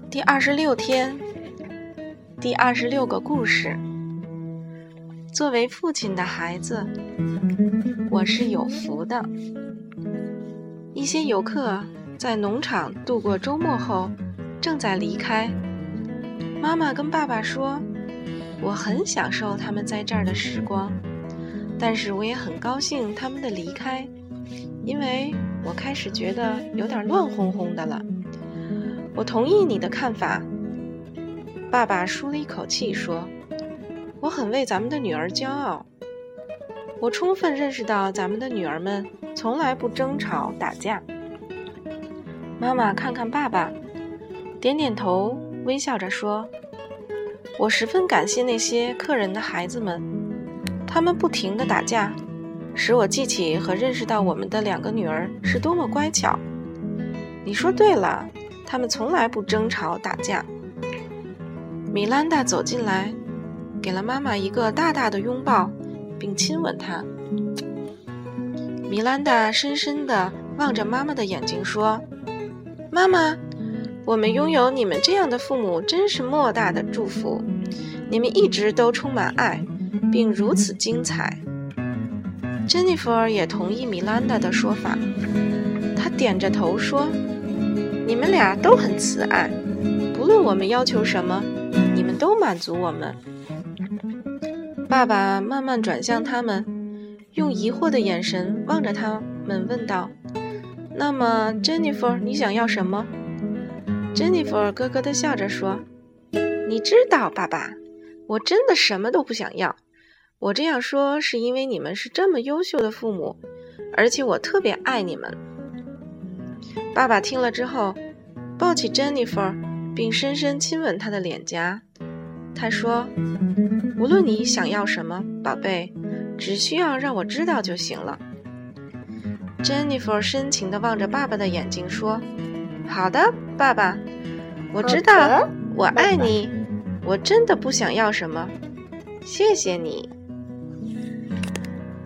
第26天，第26个故事。作为父亲的孩子，我是有福的。一些游客在农场度过周末后，正在离开。妈妈跟爸爸说，我很享受他们在这儿的时光，但是我也很高兴他们的离开，因为我开始觉得有点乱哄哄的了。我同意你的看法。爸爸舒了一口气说，我很为咱们的女儿骄傲。我充分认识到咱们的女儿们从来不争吵打架。妈妈看看爸爸，点点头，微笑着说，我十分感谢那些客人的孩子们，他们不停地打架，使我记起和认识到我们的2个女儿是多么乖巧。你说对了，他们从来不争吵打架。米兰达走进来，给了妈妈一个大大的拥抱，并亲吻她。米兰达深深地望着妈妈的眼睛说，妈妈，我们拥有你们这样的父母真是莫大的祝福，你们一直都充满爱，并如此精彩。珍妮弗也同意米兰达的说法，她点着头说，你们俩都很慈爱，不论我们要求什么，你们都满足我们。爸爸慢慢转向他们，用疑惑的眼神望着他们问道，那么珍妮弗，你想要什么？珍妮弗咯咯地笑着说，你知道爸爸，我真的什么都不想要。我这样说是因为你们是这么优秀的父母，而且我特别爱你们。爸爸听了之后，抱起珍妮弗，并深深亲吻她的脸颊。他说，无论你想要什么，宝贝，只需要让我知道就行了。珍妮弗深情地望着爸爸的眼睛说，好的，爸爸，我知道，我爱你，我真的不想要什么，谢谢你。